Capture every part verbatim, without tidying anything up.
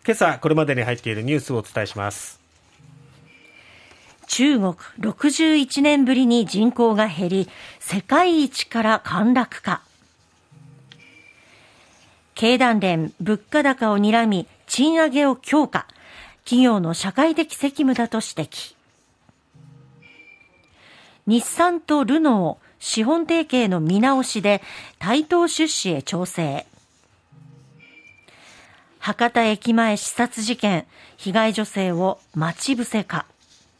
今朝これまでに入っているニュースをお伝えします。 中国ろくじゅういちねんぶりに人口が減り、世界一から陥落か。経団連、物価高を睨み賃上げを強化、企業の社会的責務だと指摘。日産とルノー、資本提携の見直しで対等出資へ調整。博多駅前刺殺事件、被害女性を待ち伏せか。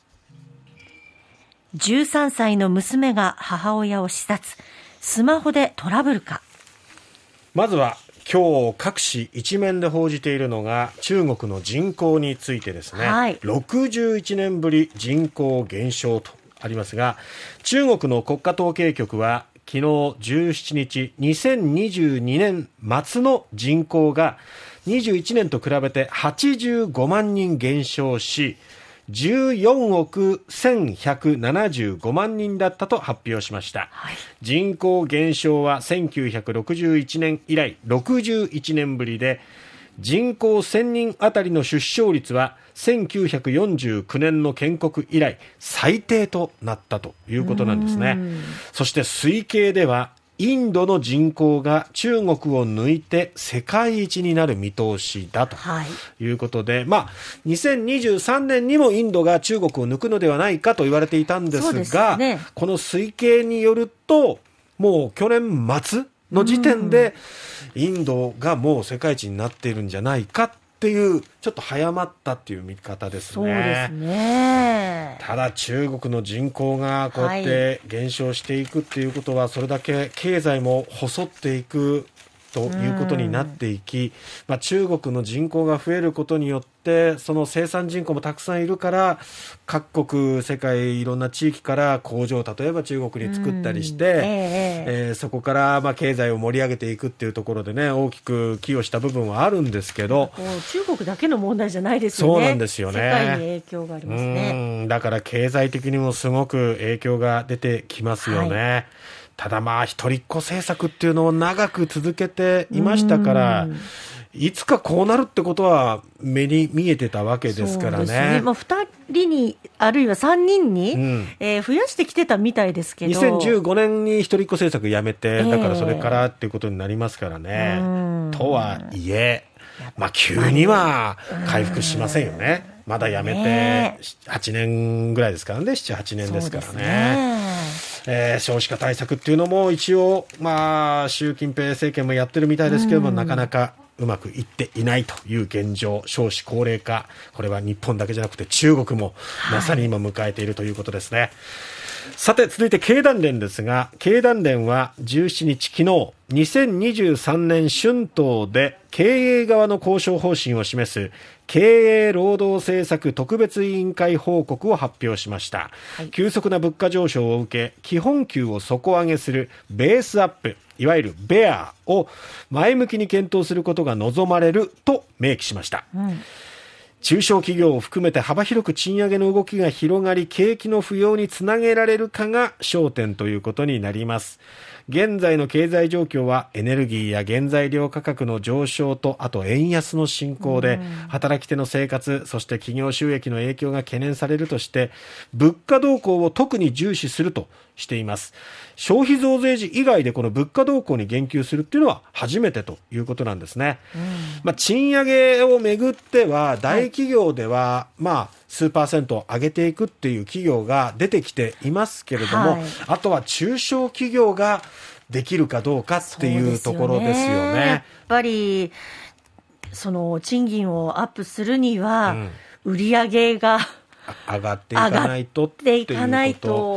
じゅうさんさいの娘が母親を刺殺、スマホでトラブルか。 まずは今日各紙一面で報じているのが中国の人口についてですね、はい、ろくじゅういちねんぶり人口減少とありますが、中国の国家統計局は昨日じゅうしちにち、にせんにじゅうにねん末の人口がにじゅういちねんと比べてはちじゅうごまんにん減少し、じゅうよんおくせんひゃくななじゅうごまんにんだったと発表しました、はい、人口減少はせんきゅうひゃくろくじゅういちねん以来ろくじゅういちねんぶりで、人口せんにんあたりの出生率はせんきゅうひゃくよんじゅうきゅうねんの建国以来最低となったということなんですね。そして推計ではインドの人口が中国を抜いて世界一になる見通しだということで、はい、まあ、にせんにじゅうさんねんにもインドが中国を抜くのではないかと言われていたんですが、ね、この推計によるともう去年末の時点でインドがもう世界一になっているんじゃないかっていうちょっと早まったっていう見方ですね。 そうですね。 ただ中国の人口がこうやって減少していくっていうことは、それだけ経済も細っていくということになっていき、まあ、中国の人口が増えることによってその生産人口もたくさんいるから、各国世界いろんな地域から工場を例えば中国に作ったりして、えーえー、そこからまあ経済を盛り上げていくっていうところでね、大きく寄与した部分はあるんですけど、 中国だけの問題じゃないですよね。 そうなんですよね。 世界に影響がありますね。 うん、だから経済的にもすごく影響が出てきますよね、はい。ただまあ一人っ子政策っていうのを長く続けていましたから、いつかこうなるってことは目に見えてたわけですからね。そうですね。 まあ、ふたりにあるいはさんにんに、うんえー、増やしてきてたみたいですけど、 にせんじゅうごねんに一人っ子政策やめて、だからそれからっていうことになりますからね、えー、とはいえ、まあ、急には回復しませんよね。まだやめてはちねんぐらいですからね、なな、はちねんですからね。えー、少子化対策っていうのも一応、まあ、習近平政権もやってるみたいですけども、なかなかうまくいっていないという現状。少子高齢化、これは日本だけじゃなくて中国もまさに今迎えているということですね、はい。さて続いて経団連ですが、経団連はじゅうしちにち、昨日にせんにじゅうさんねん春闘で経営側の交渉方針を示す経営労働政策特別委員会報告を発表しました、はい。急速な物価上昇を受け、基本給を底上げするベースアップ、いわゆるベアを前向きに検討することが望まれると明記しました、うん。中小企業を含めて幅広く賃上げの動きが広がり、景気の浮揚につなげられるかが焦点ということになります。現在の経済状況はエネルギーや原材料価格の上昇と、あと円安の進行で働き手の生活、そして企業収益の影響が懸念されるとして、物価動向を特に重視するとしています。消費増税時以外でこの物価動向に言及するっていうのは初めてということなんですね、うん。まあ、賃上げをめぐっては大企業では、はい、まあ数パーセント上げていくっていう企業が出てきていますけれども、はい、あとは中小企業ができるかどうかっていうところですよね。 やっぱりその賃金をアップするには、うん、売り上げが上がっていかないとっていうこと、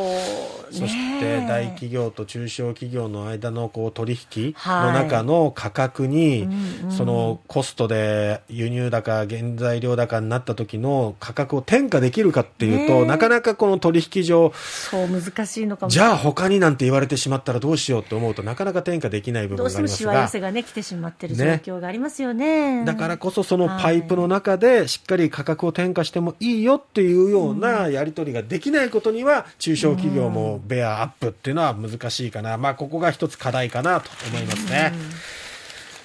ね、 そして大企業と中小企業の間のこう取引の中の価格に、はいうんうん、そのコストで輸入高原材料高になった時の価格を転嫁できるかっていうと、ね、なかなかこの取引上そう難しいのかも。 じゃあ他になんて言われてしまったらどうしようと思うと、なかなか転嫁できない部分がありますが、どうしてもしわ寄せが、ね、来てしまっている状況がありますよね。 ね、だからこそそのパイプの中でしっかり価格を転嫁してもいいよっていうようなやり取りができないことには、中小企業もベアアップっていうのは難しいかな、まあ、ここが一つ課題かなと思いますね。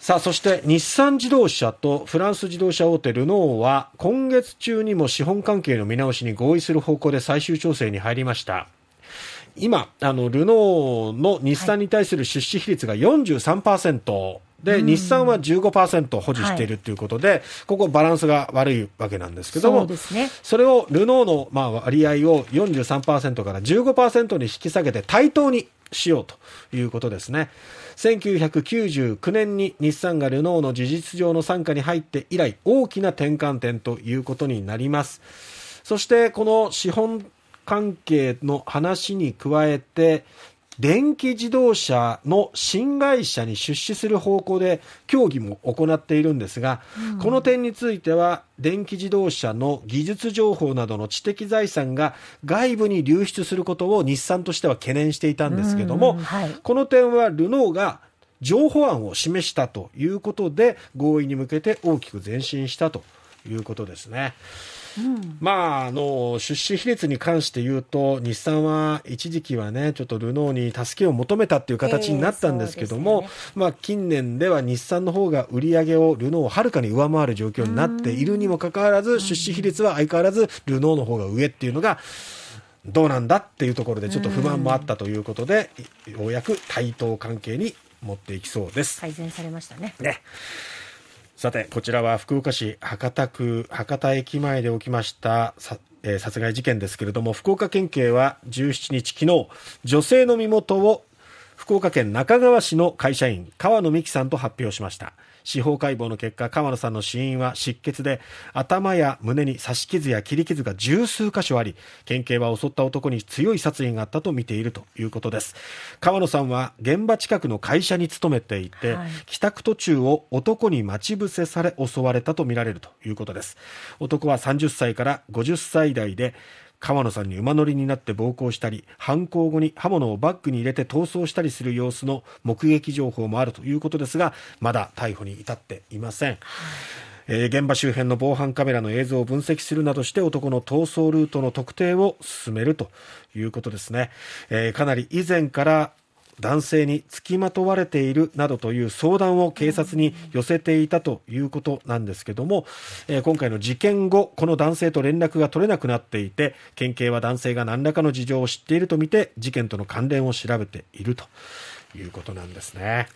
さあ、そして日産自動車とフランス自動車大手ルノーは今月中にも資本関係の見直しに合意する方向で最終調整に入りました。今、あのルノーの日産に対する出資比率が よんじゅうさんパーセント、で、日産は じゅうごパーセント 保持しているということで、はい、ここバランスが悪いわけなんですけども、そうですね、それをルノーのまあ割合を よんじゅうさんパーセント から じゅうごパーセント に引き下げて対等にしようということですね。せんきゅうひゃくきゅうじゅうきゅうねんに日産がルノーの事実上の傘下に入って以来、大きな転換点ということになります。そしてこの資本関係の話に加えて、電気自動車の新会社に出資する方向で協議も行っているんですが、うん、この点については電気自動車の技術情報などの知的財産が外部に流出することを日産としては懸念していたんですけども、うん、はい、この点はルノーが譲歩案を示したということで合意に向けて大きく前進したということですね。うん、まあ、あの出資比率に関して言うと、日産は一時期はね、ちょっとルノーに助けを求めたっていう形になったんですけども、えーね、まあ、近年では日産の方が売り上げをルノーをはるかに上回る状況になっているにもかかわらず、出資比率は相変わらずルノーの方が上っていうのがどうなんだっていうところでちょっと不満もあったということで、ようやく対等関係に持っていきそうです。 改善されましたね。 ね。さて、こちらは福岡市博多区博多駅前で起きましたさ、えー、殺害事件ですけれども、福岡県警はじゅうしちにち、昨日女性の身元を福岡県那珂川市の会社員川野美樹さんと発表しました。司法解剖の結果、川野さんの死因は失血で、頭や胸に刺し傷や切り傷が十数箇所あり、県警は襲った男に強い殺意があったと見ているということです。川野さんは現場近くの会社に勤めていて、はい、帰宅途中を男に待ち伏せされ襲われたとみられるということです。男はさんじゅっさいからごじゅっさい代で、川野さんに馬乗りになって暴行したり、犯行後に刃物をバッグに入れて逃走したりする様子の目撃情報もあるということですが、まだ逮捕に至っていません。えー、現場周辺の防犯カメラの映像を分析するなどして男の逃走ルートの特定を進めるということですね。えー、かなり以前から男性につきまとわれているなどという相談を警察に寄せていたということなんですけども、えー、今回の事件後、この男性と連絡が取れなくなっていて、県警は男性が何らかの事情を知っているとみて事件との関連を調べているということなんですね。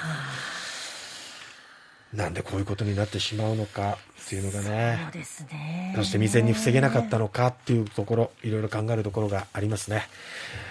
なんでこういうことになってしまうのかっていうのがね、そうですね、そして未然に防げなかったのかっていうところ、いろいろ考えるところがありますね。